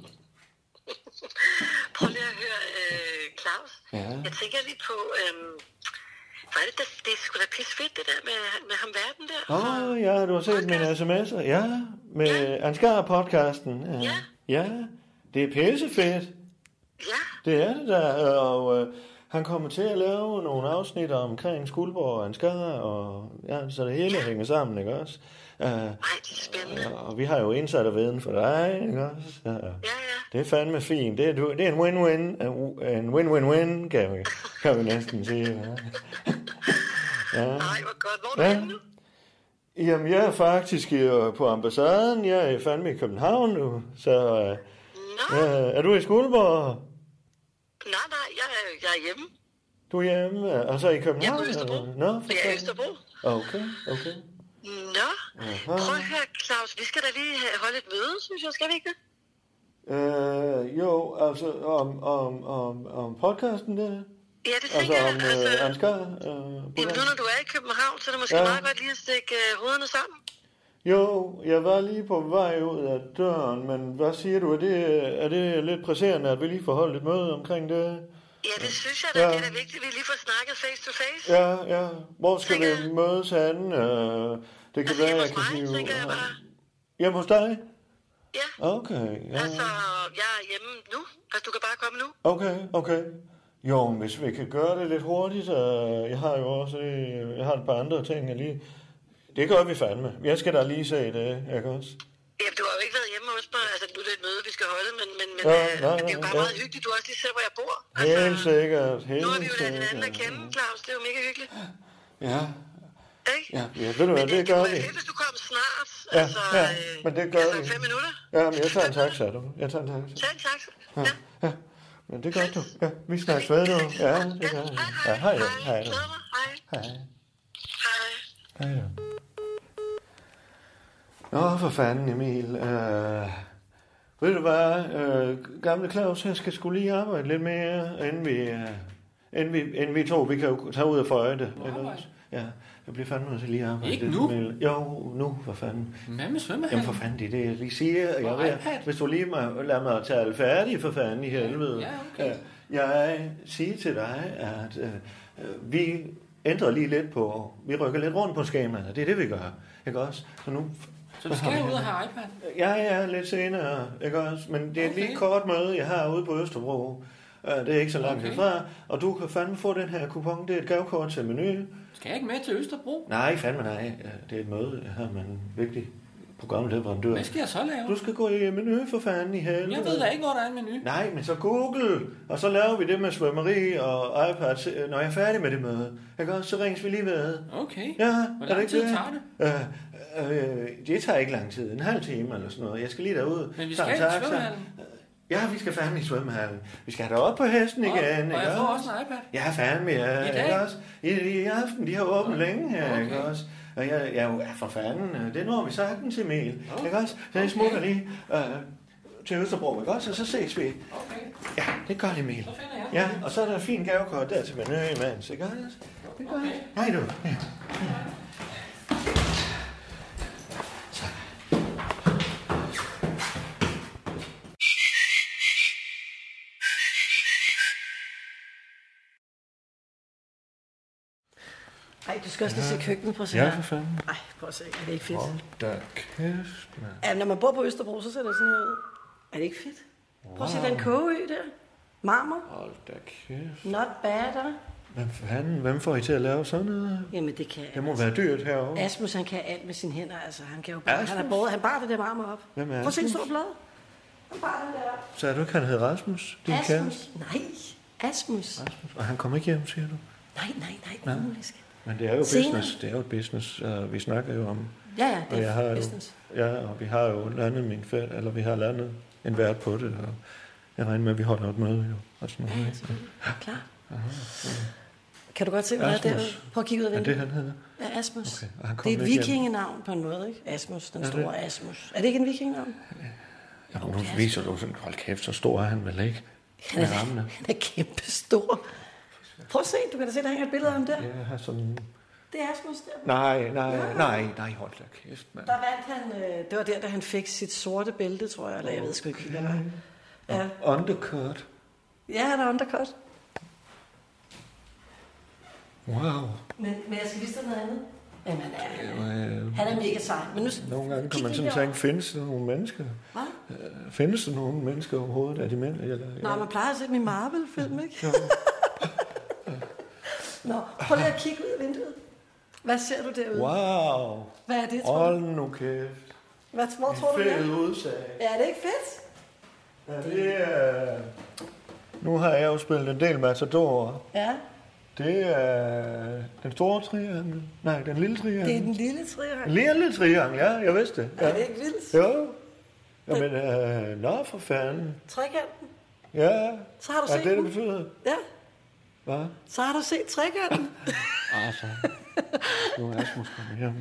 Prøv lige at høre, øh, Claus. Ja. Jeg tænker lige på, øh, hvad er det, der, det er sgu da pisse fedt, det der med, med ham verden der. Åh, oh, ja, du har set mine sms'er. Ja, med ja. Ansgar-podcasten. Ja. ja. Ja, det er pisse fedt. Ja. Det er det der, og øh, han kommer til at lave nogle afsnit omkring Skuldborg og Ansgar, og ja, så det hele ja. hænger sammen, ikke også? Uh, Ej, det er spændende. Og vi har jo indsat og viden for dig, ikke også? Uh, ja, ja. Det er fandme fint. Det er, det er en win-win. En win-win-win, kan vi, kan vi næsten sige. Ja. Ja. Ej, hvor godt. Hvor er du ja. henne nu? Jamen, jeg er faktisk på ambassaden. Jeg er fandme i København nu. Så uh, uh, er du i Skuldborg? Nej, nej, jeg er, jeg er hjemme. Du er hjemme? Og så i København? Jeg er på Østerbro. Nå, jeg er i Østerbro. Okay, okay. Nå, Aha. Prøv at høre, Claus, vi skal da lige holde et møde, synes jeg, skal vi ikke det? Øh, jo, altså om, om, om, om podcasten der? Ja, det tænker jeg. Altså om altså, øh, Ansgar? Øh, jamen nu, når du er i København, så er det måske ja. meget godt lige at stikke øh, hovederne sammen. Jo, jeg var lige på vej ud af døren, men hvad siger du? Er det, er det lidt presserende, at vi lige får holdt et møde omkring det? Ja, det synes jeg da. Ja. Det er da vigtigt, at vi lige får snakket face to face. Ja, ja. Hvor skal Tænker vi jeg. mødes henne? Øh, det kan Altså, være, hjemme jeg hos kan mig, sige... tænker jeg bare. Hjemme hos dig? Ja. Okay, ja. Altså, jeg er hjemme nu. Altså, du kan bare komme nu. Okay, okay. Jo, men hvis vi kan gøre det lidt hurtigt, øh, jeg har jo også øh, jeg har et par andre ting, jeg lige... Det gør vi fandme. Jeg skal da lige se det, ikke også? Ja, du har jo ikke været hjemme hos mig. Altså, nu er det et møde, vi skal holde, men, men, men, Ja, øh, nej, men det er jo bare ja. meget hyggeligt. Du også lige ser, hvor jeg bor. Helt sikkert, helt Nu har vi jo lært hinanden at sikkert. kende, Claus. Det er jo mega hyggeligt. Ja, Ikke? ja, ja, ved du hvad, det gør vi. Det er hvis du kommer snart. Ja, altså, ja, øh, men det gør altså, vi. fem minutter. Ja, men jeg tager en taxa, du. Jeg tager en taxa. Tag en taxa. Ja, ja. Men det gør du. Ja, vi snakkes ved, du. Ja, det gør vi. Ja, hej du. Hej du. Glæder mig. Hej. Hej. Hej. Hej du. Nå, for fanden, Emil. Øh, ved du hvad, øh, gamle Claus, han skal skulle lige arbejde lidt mere, inden vi, øh, inden vi, inden vi to, vi kan jo tage ud og føje det. Ja, jeg bliver fandme nødt til lige at arbejde. Ikke lidt nu? med- Jo, nu, for fanden. Hvad med svømmehallen? Jamen for fanden, det er det, jeg lige siger. Jeg Og ved, iPad? hvis du lige må lade mig tale færdig, for fanden i helvede. Ja, okay. Øh, Jeg siger til dig, at øh, øh, vi ændrer lige lidt på, vi rykker lidt rundt på skemaet. Det er det, vi gør. Ikke også? Så nu... Så du skal ud og have iPad? Ja, ja, lidt senere, ikke også? Men det er et Okay. lige kort møde, jeg har ude på Østerbro. Øh, Det er ikke så langt Okay. herfra. Og du kan fandme få den her kupon. Det er et gavekort til Menu. Skal jeg ikke med til Østerbro? Nej, fandme nej. Ja, det er et møde, jeg har med en vigtig programleverandør. Hvad skal jeg så lave? Du skal gå i Menu for fanden i helvede. Jeg ved da ikke, hvor der er en menu. Nej, men så Google, og så laver vi det med svømmeri og iPad, når jeg er færdig med det møde. Ikke også? Så rings vi lige ved. Okay. Ja, Hvor er lang det tid ikke det? tager det? Øh, øh, det tager ikke lang tid. En halv time eller sådan noget. Jeg skal lige derud. Men vi Tager skal en i taxa. svømmehallen. Ja, vi skal fandme i svømmehallen. Vi skal have dig op på hesten igen. Og, og ikke jeg får også? også en iPad. Ja, fandme, ja. I dag? Ikke også? I, I aften, de har åbent længe her, Okay. ikke også? Og jeg, jeg, ja, for fanden, det når vi sagtens, Emil. Okay. Ikke også? Så jeg smutter lige øh, til Østerbro, ikke også? Og så ses vi. Okay. Ja, det gør det, Emil. Så finder jeg Ja, og så er der en fin gavekort der til Menu imens, ikke også? Det gør det. Hej du. Ja. Ej, du skal også lige se køkkenet. Prøv at se Ja, her. for fanden. Ej, prøv at se. Er det ikke fedt? Hold da kæft, mand. Ja, når man bor på Østerbro, så ser det sådan her ud. Er det ikke fedt? Prøv at se den kogeø der. Marmor. Hold da kæft. Not bad, der. Hvad fanden? Hvem får I til at lave sådan noget? Jamen, det kan... Det må være dyrt herovre. Asmus, han kan alt med sine hænder. Altså, han kan jo bare... Asmus? Han, er både, han bar det der marmor op. Hvem er Prøv at se en Asmus? stor blad. Han bar det der op. Så er du ikke, han hed Rasmus, din kæreste? Asmus. Nej, Asmus. Rasmus. Og han kommer ikke hjem, siger du? Nej, nej, nej. Nej. Umuligt. Men det er jo Senere. business. Det er jo et business. Uh, vi snakker jo om... Ja, ja, og det jeg har er jo, business. Ja, og vi har jo landet min fæld, eller vi har landet en vært på det, og jeg regner med, at vi holder et møde jo. Og sådan noget, Ja, ikke? selvfølgelig. Klar. Aha, ja. Kan du godt se, hvad der er Asmus. derude? Prøv at kigge ud af Er vinduet. det, han hedder? Ja, Asmus. Okay, og han Det kom er et ikke hjem. vikingenavn på en måde, ikke? Asmus, den Er det? store Asmus. Er det ikke en vikingenavn? Ja, nu viser du sådan, hold kæft, så stor er han vel ikke? Han er, han er kæmpe stor. Prøv at se, du kan da se, der hænger et billede af ham der. Ja, jeg har sådan... Det er Asmus der. Nej, nej, nej, nej, hold da kæft, mand. Der vandt han, øh, det var der, da han fik sit sorte bælte, tror jeg, eller jeg ved sgu ikke, hvad det var. Ja, Undercut. ja han er undercut. Wow. Men, men jeg skal vise dig noget andet. Jamen, han er, Ja, øh, han er mega sej. Men nu, Nogle gange kan kig man lige sådan derover. tænke, findes der nogle mennesker? Hvad? Øh, Findes der nogle mennesker overhovedet? Er de mænd? Eller, Nå, man plejer at se dem i Marvel-film, ikke? Nå, prøv lige at kigge ud af vinduet. Hvad ser du derude? Wow. Hvad er det, tror Hold du? nu kæft. Hvad, hvor tror du, det Fed er? udsag. Ja, er det ikke fedt? Ja, det er... Nu har jeg jo spillet en del Matador. Ja, Det er den store triangel. Nej, den lille triangel. det er den lille triangel. Den lille triangel, ja, jeg vidste det. Ja. Er det ikke vildt? Jo. Jamen, øh, nå for fanden. Trekanten. Ja. Så har du Er set det, det den? betyder? Ja, Hvad? så har du set trekanten. Altså, nu er Asmus kommet hjem.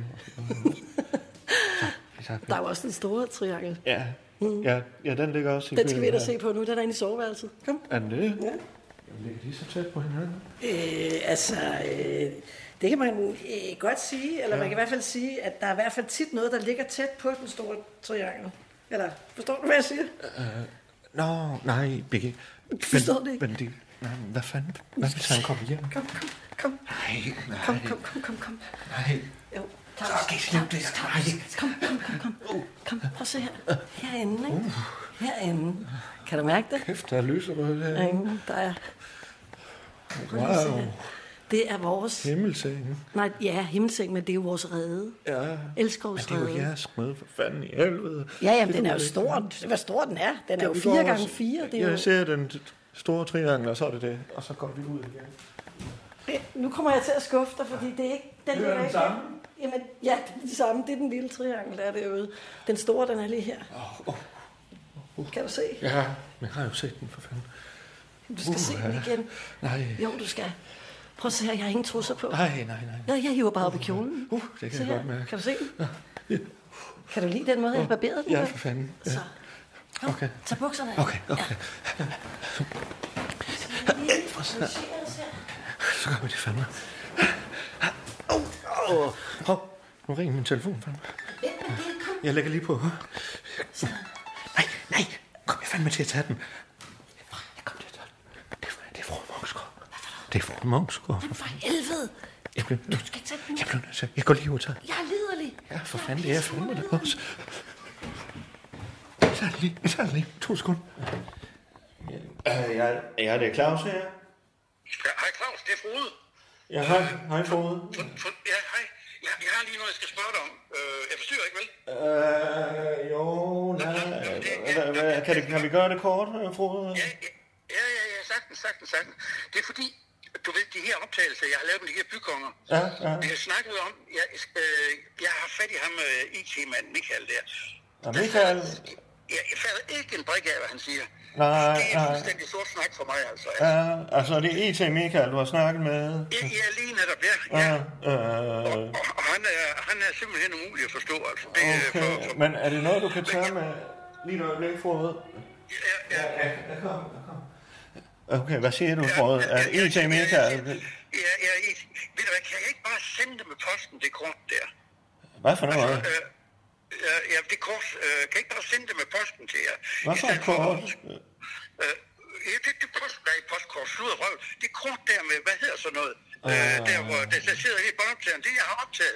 Så, Der er jo også den store triangel. ja. Ja, ja, den ligger også i Den skal vi ind og billedet se på nu. Den er inde i soveværelset. Kom. her. Er den det? Ja. Jamen, ligger de så tæt på hinanden? Øh, altså, øh, det kan man øh, godt sige, eller ja. Man kan i hvert fald sige, at der er i hvert fald tit noget, der ligger tæt på den store triangel. Eller, forstår du, hvad jeg siger? Uh, Nå, nej, Biggie. Forstår det ikke? Men de, Nej, hvad fanden? Hvad hvis han kommer hjem? Kom, kom, kom. Nej, nej. Kom, kom, kom, kom, kom. Nej. Jo, så kan I slippe det. Nej. Kom, kom, kom, kom. Kom, prøv at se her. Herinde, ikke? Herinde. Kan du mærke det? Kæft, der er lyserød her. Herinde, der er... Wow. Det er vores... Himmelseng. Nej, ja, himmelseng, men det er jo vores rede. Ja. Elskovs rede. Men det er jo jeres rede, for fanden i helvede. Ja, jamen, den er jo stor. Hvor stor den er. Den er jo fire gange fire. Det er jeg jo... ser den store triangel, og så er det det. Og så går vi ud igen. Nu kommer jeg til at skuffe dig, fordi det er ikke... Den det er den ikke. samme. Jamen, ja, det er det samme. Det er den lille triangel, der er derude. Den store, den er lige her. Oh, oh, oh. Kan du se? Ja, men jeg har jo set den, for fanden. Du skal uh, se den igen. Nej. Jo, du skal. Prøv at se her, jeg har ingen trusser på. Nej, nej, nej. Ja, jeg hiver bare op i kjolen. Uh, det kan se jeg her. Godt mærke. Kan du se den? Ja. Kan du lide den måde, jeg har barberet den? Ja, for fanden. Ja. Så. Kom, okay. Tag bukserne af. Okay, okay. Ja. Så gør vi det fandme. Åh, oh, oh. Nu ringer min telefon fandme. Jeg lægger lige på. Nej, nej. Kom jeg fandme til at tage den. Jeg kom til at tage den. Det er, det er fru Munksgaard. Det er fru Munksgaard. Men for helvede. Jeg bliver, du skal ikke tage den. Jeg bliver nødt til. Jeg går lige ud og tager. Jeg er liderlig. Ja, for fanden. Det er fandme det også. Jeg tager lige. Jeg tager lige. To sekunder. Ja, ja, ja, det er Claus her. Ja, hej Claus, det er Frode. Ja, hej. Hej Frode. Ja, hej. Ja, jeg har lige noget, jeg skal spørge dig om. Øh, jeg forstyrrer ikke, vel? Øh, jo, nej. Kan, det, kan vi gøre det kort, Frode? Ja, ja, ja, ja, sagtens, sagtens, sagtens. Det er fordi, du ved, de her optagelser, jeg har lavet med de her bykonger. Ja, ja. Vi har snakket om, jeg, øh, jeg har fat i ham, I T-manden, Michael der. Ja, Michael... Ja, jeg fatter ikke en brik af, hvad han siger. Nej, det er nej. fuldstændig sort snak for mig, altså. Ja, altså det er I T Michael, du har snakket med. Ja, ja lige netop, ja. ja. ja øh... og, og han, er, han er simpelthen umulig at forstå, altså. Det, okay, for, for... men er det noget, du kan tage med lige et øjeblik, Frode? Ja, ja. ja, ja kom, kom. Okay, hvad siger du, Frode? Er det I T Michael? Ja, ja, ved du hvad, kan jeg ikke bare sende det med posten, det kort der? Hvad for noget? Altså, øh, Ja, ja, det kort, øh, kan ikke bare sende det med posten til jer? Hvad for et kort? Øh, ja, det, det post, der er i postkort, slud og røv. Det kort der med, hvad hedder sådan noget? Uh, øh, der, hvor der, der sidder helt båndoptageren, det jeg har optaget.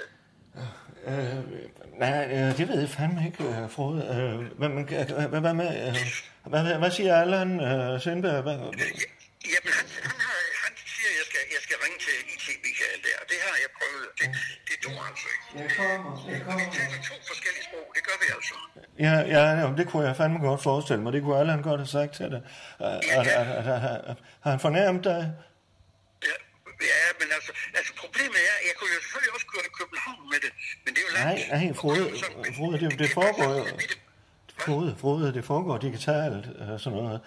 Øh, nej, øh, det ved jeg fandme ikke, øh, Frode. Øh, hvad, hvad, hvad, med, øh, hvad, hvad siger Allan øh, Sindberg? Hvad, hvad? Ja, jamen, han, han, har, han siger, at jeg skal, jeg skal ringe til I T Michael der, og det har jeg prøvet. Det, det duer altså ikke. Jeg kommer, jeg kommer. Vi taler to forskellige sprog, det gør vi altså. Ja, ja, ja, det kunne jeg fandme godt forestille mig. Det kunne Allan godt have sagt til dig. Ja, ja. Har han fornærmet dig? Ja, ja, men altså, altså problemet er, jeg kunne jo selvfølgelig også køre til København med det, men det er jo langt. Nej, nej, Frode, Frode det, det foregår jo... Frode, Frode, det foregår digitalt, sådan noget.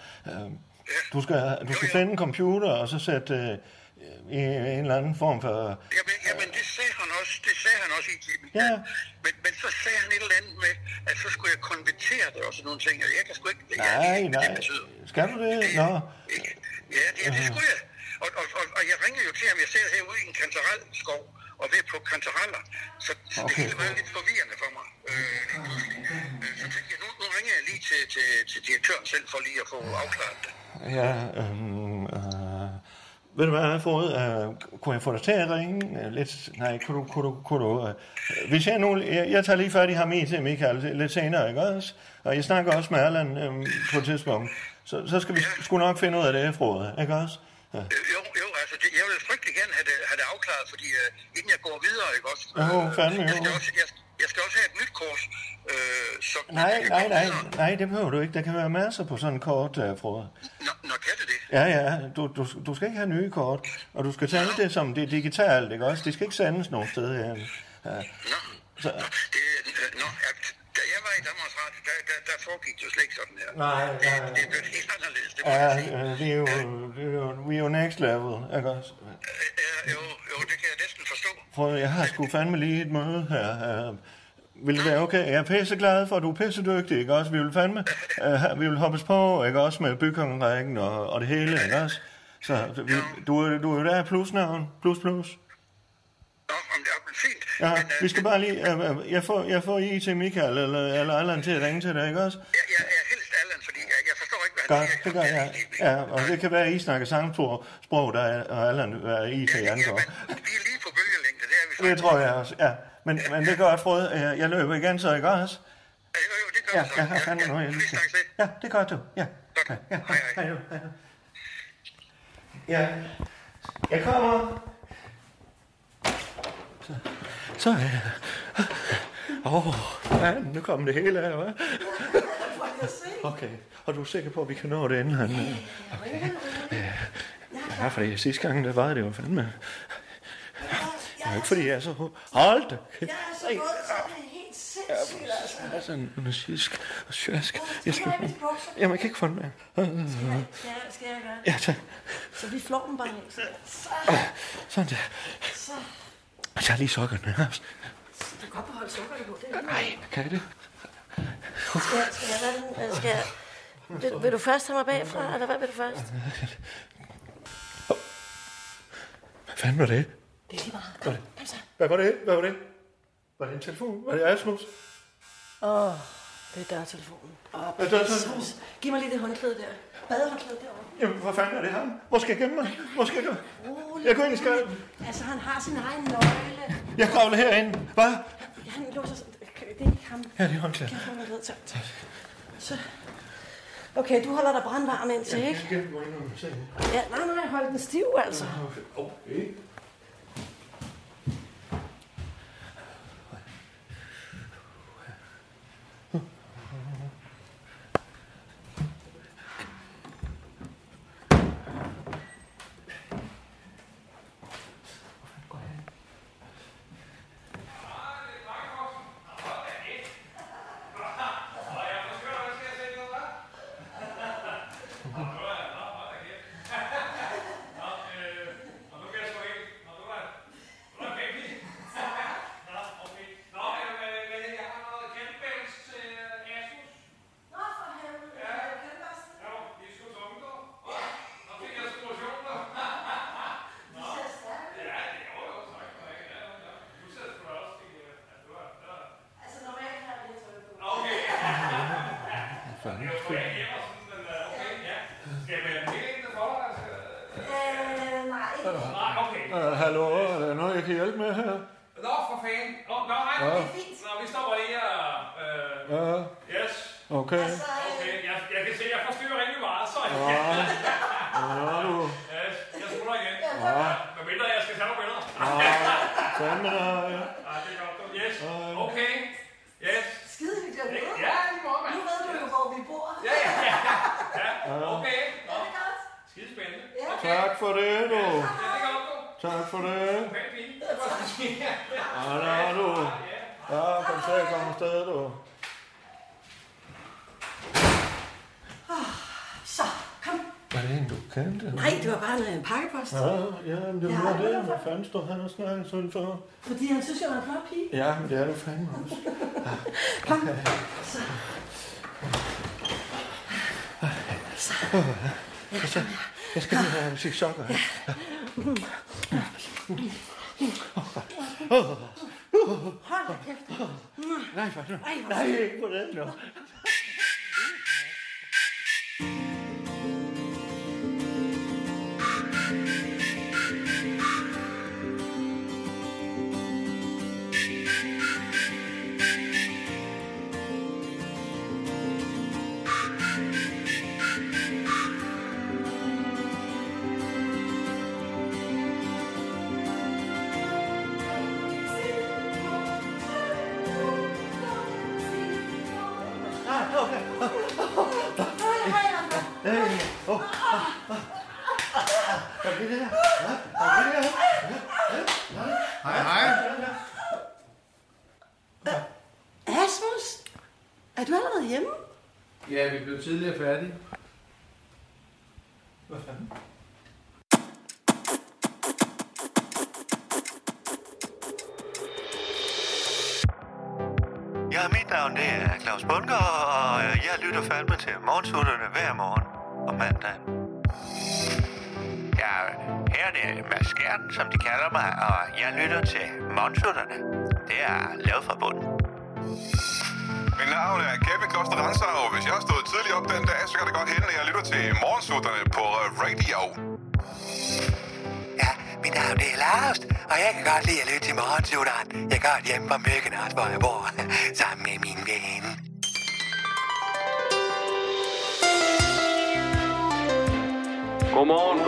Du skal, du skal finde en computer, og så sætte uh, i en eller anden form for... Jamen, jamen det sagde han også, det sagde han også i timen. Ja. Men, men så sagde han et eller andet med, at så skulle jeg konvertere det og sådan nogle ting, og jeg kan sgu ikke... Nej, jeg, nej. Det betyder. Skal du det? Nå. Ja, det, det skulle jeg. Og, og, og, og jeg ringede jo til ham, jeg sidder herude i en kantarelskov, og ved på kantareller, så, så okay. Det hele var lidt forvirrende for mig. Øh, øh, så tænkte jeg, nu, nu ringer jeg lige til, til, til direktøren selv, for lige at få afklaret det. Ja, øhm, øh, ved du hvad, Frode, øh, kunne jeg få dig til at ringe? Øh, lidt, nej, kunne du, kunne du, kunne du øh, hvis jeg nu, jeg, jeg tager lige fat i ham i til Michael lidt senere, ikke også? Og jeg snakker også med Allan øh, på et tidspunkt. Så, så skal vi ja. sgu nok finde ud af det, Frode, ikke også? Ja. Jo, jo, altså, det, jeg vil frygtelig gerne have det, have det afklaret, fordi uh, inden jeg går videre, ikke også? Jo, fandme, jo. Jeg skal også, jeg, jeg skal også have et nyt kort, øh, så... Nej, nej, nej, nej, det behøver du ikke. Der kan være masser på sådan et kort, uh, Frode. Nå, nå, kan det det? Ja, ja, du, du, du skal ikke have nye kort, og du skal tage det som det er digitalt, ikke også? Det skal ikke sendes nogen sted her. Ja. Nå, så. Nå, det, nå, at, da jeg var i Danmarks Radio, der, der, der foregik det jo slet ikke sådan her. Nej, nej. Det, det blev helt anderledes, det må ja, jeg sige. Ja, det er jo, det er jo, vi er jo next level, ikke også? Ja, jo, jo, det kan jeg næsten forstå. Prøv, jeg har sgu fandme lige et møde her. Uh, vil det være okay? Jeg er pisseglad for, at du er pissedygtig, ikke også? Vi vil fandme, uh, vi vil hoppes på, ikke også? Med bykongerækken og, og det hele, ikke også? Så vi, du, du er jo der plusnavn, plus plus. Nå, om det er fint. Ja, men, vi skal bare lige, uh, jeg får, jeg får I til Michael, eller, eller Allan til at ringe til dig, ikke også? Ja, jeg er helst Allan, fordi jeg, jeg forstår ikke, Godt, det gør jeg. Ja, og det kan være, at I snakker samme sprog, der er, og Allan er I til Ja, andre. men vi er lige på bølgelængde, det er vi faktisk. Det tror jeg også, ja. Men, men det er godt, Frode. Jeg løber igen, så ikke også? Ja, jo, jo, det gør Ja, vi så. jeg har fandme noget, jeg lige skal. Ja, det gør du. Ja. Godt. Ja, Hej, hej. hej. Hej. Ja, jeg kommer. Så, så er jeg. Åh, oh, ja, nu kommer det hele her, hva'? Okay, og du er sikker på, at vi kan nå det inden han... Okay. Ja, fordi sidste gang, der var det jo fandme... Det er ikke fordi, jeg er så... Hold da! Jeg er så våd, så er det helt sindssygt, altså. Jeg er sådan en sjisk og sjask. Jeg skal... Jeg skal Jamen, jeg kan ikke få den med. Skal jeg, skal jeg gøre? Ja, tak. Så vi flår dem bare ind. Så. Sådan der. Så. Jeg tager lige sokkerne her. Du kan godt beholde sukkerne på. Det er Nej, kan jeg det? Skal jeg, skal jeg, hvad, den- skal jeg, vil, vil du først have mig bagfra, eller hvad vil du først? Hvad fanden var det? Det er lige meget. Kom, kom så. Hvad var det? Hvad var det? Var det en telefon? Var det Asmus? Åh, oh, det er dørtelefonen. Oh, Er det dørtelefonen? Giv mig lige det håndklæde der. Badehåndklæde derovre. Jamen, hvor fanden er det ham? Hvor skal jeg gemme mig? Hvor skal jeg gemme mig? Jeg går ind i skabet. Altså, han har sin egen nøgle. Jeg kravler herinde. Hvad? Han låser sig. Det er ikke ham. Ja, det er håndklæde. Kan jeg få håndklæde? Tak. Så. Okay, du holder dig brandvarm indtil, Ja, ikke? jeg gemmer mig under sengen. Ja, nej, nej, hold den stiv, altså. Okay. Uh, hallo, er der noget, jeg kan hjælpe med her? Nå, for fanden. Nå, nå, nej, Ja. det er fint. Nå, vi stopper lige her. Øh, Ja, yes. okay. Okay, jeg, jeg kan se, jeg forstyrrer rigtig meget, så... Ja. Ja, du. Yes, jeg smutter igen. Ja. Hvad mindre jeg skal tage nogle billeder. Ja, fandme der, ja. Ja, det er godt. du. Yes, okay. Yes. Skide hyggeligt at møde. Ja, lige måde, mand. Nu ved du jo, hvor vi bor. Ja, ja, ja. Ja, okay. Nå. Skide spændende. Okay. Tak for det, du. Ja, det er godt, du. Tak for det. Pænt fint. Det var sådan sige. Ja, der er du. Ja, kom til at komme afsted, du. Så, kom. Var det en, du kendte? Nej, det var bare en pakkepost. Ja, ja, men det Ja, var det. hvorfor? Hvad fanden stod han og snakkede sådan for? Fordi han synes, jeg var en flot pige. Ja, men det er du fandme også. Kom. Så. Så. Ja, så. Jeg skal lige have musik sokker. Ja. Hold da kæft. Nej, faktisk. Nej, ikke på den nu. Hej, hej. Asmus, er du allerede hjemme? Ja, vi blev tidligere færdige. Hvad fanden? Ja, mit navn det er Claus Bunker, og jeg lytter fandme til morgensutterne hver morgen om mandagen. Ja, her er det Mads Skjern, som de kalder mig, og jeg lytter til morgensutterne. Det er lavet fra bunden. Mit navn er Kevin Kloster Renser, og hvis jeg har stået tidligt op den dag, så kan det godt hende, at jeg lytter til morgensutterne på radio. Ja, mit navn er Lars, og jeg kan godt lide at lytte til morgensutteren. Jeg gør det hjemme på Myggen, også hvor jeg bor, sammen med min ven. Godmorgen.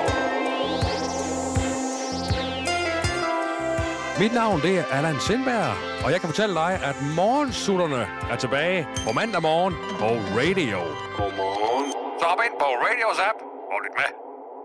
Mit navn det er Allan Sindberg, og jeg kan fortælle dig, at morgensutterne er tilbage på mandag morgen på radio. Godmorgen. Så hop ind på Radios app og lyt med.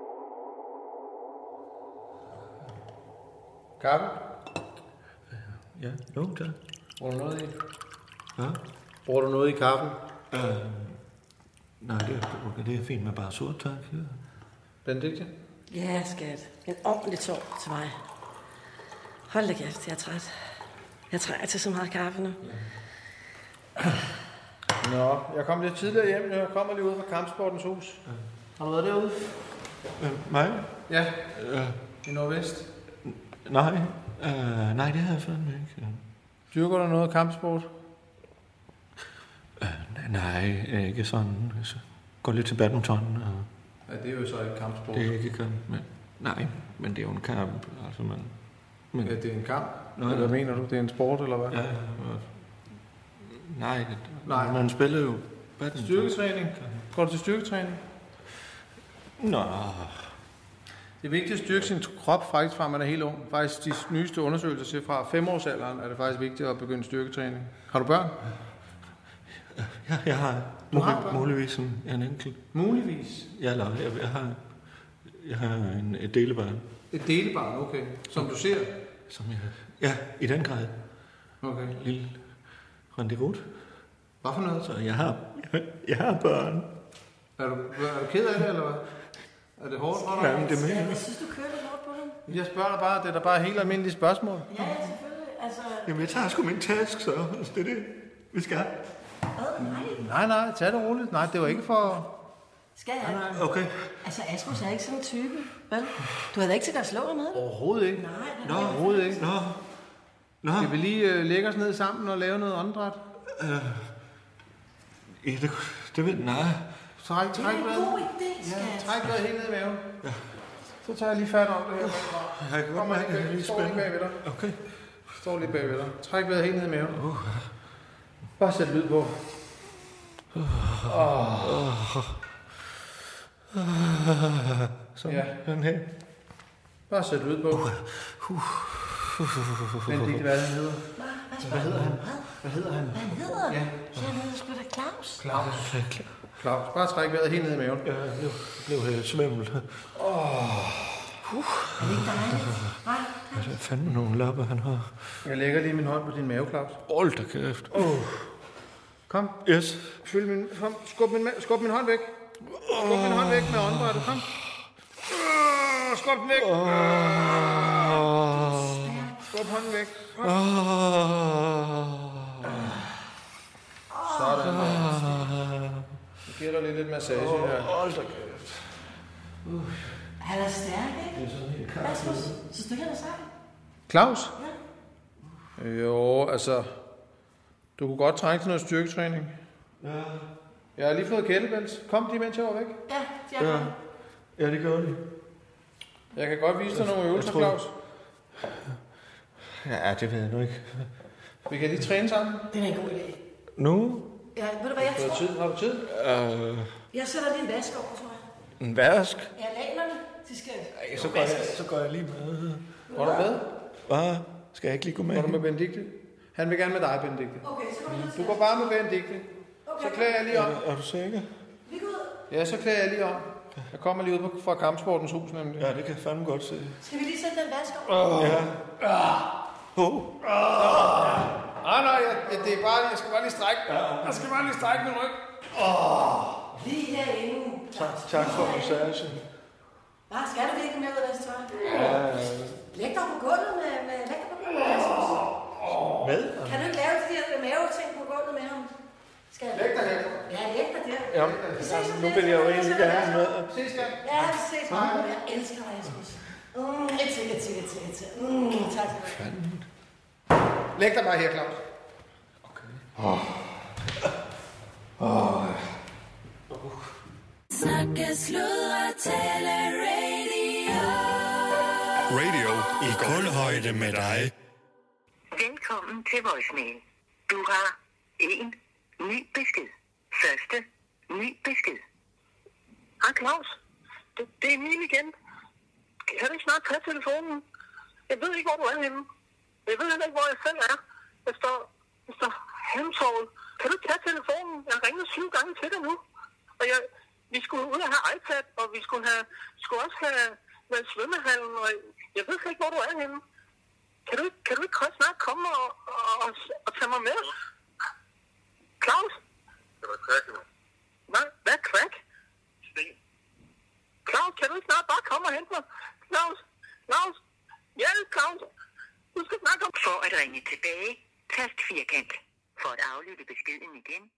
Kaffe? Ja, jo, tak. Bruger du noget i? Ja? Bruger du noget i kaffen? Øh, nej, det er, det er fint med bare sort, tak. Ja. Benedikte? Ja, skat. En ordentlig tår til mig. Hold da kæft, jeg er træt. Jeg trænger til så meget kaffe nu. Ja. Nå, jeg kom lidt tidligere hjem. Jeg kommer lige ud fra Kampsportens Hus. Ja. Har du været derude? Øh, mig? Ja. Øh, I Nordvest? nej. Øh, nej, det har jeg fandme ikke. Dyrker du noget kampsport? Øh, nej, ikke sådan. Jeg går lidt til badminton. Og ja, det er jo så ikke kampsport. det er ikke kamp, men nej, men det er jo en kamp. Altså, man, men, ja, det er en kamp? Nej, eller mener du, det er en sport, eller hvad? Ja, nej, det, nej, man spiller jo badminton. Styrketræning? Går du til styrketræning? Nå. Det er vigtigt at styrke sin krop faktisk fra, man er helt ung. Faktisk de nyeste undersøgelser siger fra femårsalderen, er det faktisk vigtigt at begynde styrketræning. Har du børn? Ja, jeg har, du mulig, har børn? muligvis en, en enkelt. Muligvis? Ja, eller jeg, jeg har, jeg har en, et delebarn. Et delebarn, okay. Som du ser? Som jeg, ja, i den grad. Okay. Lille Randirut. Hvad for noget? Så jeg har, jeg, jeg har børn. Er du, er du ked af det, eller hvad? Er det hårdt for dig? Jamen, det mener jeg. Jeg synes, du kører lidt hårdt på dem. Jeg spørger dig bare, det er da bare helt almindelige spørgsmål. Ja, selvfølgelig. Altså... Jamen, jeg tager sgu min task, så altså, det er det, vi skal. Nej, nej, tag det roligt. Nej, det var ikke for... Skal jeg? Nej, nej. Okay. Altså, Asmus er ikke sådan en type, vel? Du havde ikke til at slå dig med det? Overhovedet ikke. Nej, Nå, overhovedet ikke. Nå. Nå. Skal vi lige øh, lægge os ned sammen og lave noget åndedræt? Øh, ja, det, det vil... Nej. Træk, træk det er en god idé, skat. Ja, træk vejret helt ned i maven. Ja. Så tager jeg lige fat om det her. Jeg kan godt mærke, at det er lige spændende. Står lige bagved dig. Okay. Står lige bagved dig. Træk vejret helt ned i maven. Uh. Bare sæt lyd på. Åh. Oh. Oh. Sådan ja. her. Bare sæt lyd på. Men det hvad han hedder. Hvad hedder han? Hvad hedder han? Hvad hedder han? Ja. Han hedder sgu da Claus. Claus. Claus. Bare træk vejret helt ned i maven. Ja, jeg blev, blev helt svimmel. Åh. Uh. Er det ikke dejligt? Nej. Hvad er fandme nogle lapper, han har? Jeg lægger lige min hånd på din mave, Claus. Hold da kæft. Oh. Kom. Yes. Følg min, kom. Skub, min, skub min hånd væk. Skub min hånd væk med åndedrættet. Kom. Uh, skub den væk. Uh. Skub hånden væk. Kom. Sådan. Jeg giver dig lige lidt massage her. Hold da kæft. Han er stærk, ikke? Asmus, synes du ikke, han er sej? Claus? Ja. Jo, altså... Du kunne godt trænge til noget styrketræning. Ja. Jeg har lige fået kettlebells. Kom de, mens jeg var væk? Ja, de er ja. Ja, det gør de. Jeg kan godt vise dig nogle øvelser, tror... Claus. Ja, det ved jeg nu ikke. Vi kan lige træne sammen. Det er en god idé. Nu? Ja, ved du hvad jeg tror? Tid? Har du tid? Uh... Jeg sætter lige en vask over, tror jeg. En vask? Ja, lanerne, de skal... Ej, så går, jeg, så går jeg lige med. Går du med? Hvad? Skal jeg ikke lige gå med? Går du med Benedikte? Han vil gerne med dig, Benedikte. Okay, så går vi. Du går bare med Benedikte. Okay. Så klæder jeg lige om. Er, er du sikker? Vi går ud. Ja, så klæder jeg lige om. Jeg kommer lige ud fra Kampsportens Hus, nemlig. Ja, det kan jeg fandme godt se. Skal vi lige sætte den vask over? Oh. Ja. Ah. Oh. Ah. Nej, nej, jeg, det er bare, jeg skal bare lige strække. Jeg skal bare lige strække min ryg. Oh. Lige herinde. Tak, tak for massagen. Hvad, skal du virkelig med ud af deres tøj? Ja. Læg dig på gulvet med, med, læg dig på gulvet med Asmus. Med? Kan du ikke lave de der maveting på gulvet med ham? Skal jeg? Læg dig her. Ja, læg dig der. Ja, altså, nu vil jeg jo egentlig gerne med. Ses, skat. Ja, vi ses. Jeg elsker dig, Asmus. Mm, et til, et til, et til, et til. Mm, tak skal du have. Læg dig bare her, Claus. Okay. Oh. Snakke, sludre, tale, radio. Radio i kulhøjde med dig. Velkommen til voicemail. Du har en ny besked. Første ny besked. Hej Claus, det, det er Emil igen. Kan du ikke snart tage telefonen? Jeg ved ikke, hvor du er henne. Jeg ved heller ikke, hvor jeg selv er. Jeg står, jeg står Halmtorvet. Kan du ikke tage telefonen? Jeg har ringet syv gange til dig nu. Og jeg, vi skulle ud og have iPad, og vi skulle, have, skulle også have været i svømmehallen, og jeg ved ikke, hvor du er henne. Kan du, kan du ikke snart komme og, og, og, og tage mig med? Claus? Det var crack nu. Hvad? Hvad er crack? Sten. Claus, kan du ikke snart bare komme og hente mig? Claus? Claus? Ja, Claus? Du skal snart komme. For at ringe tilbage, tast firkant. For at aflytte beskeden igen,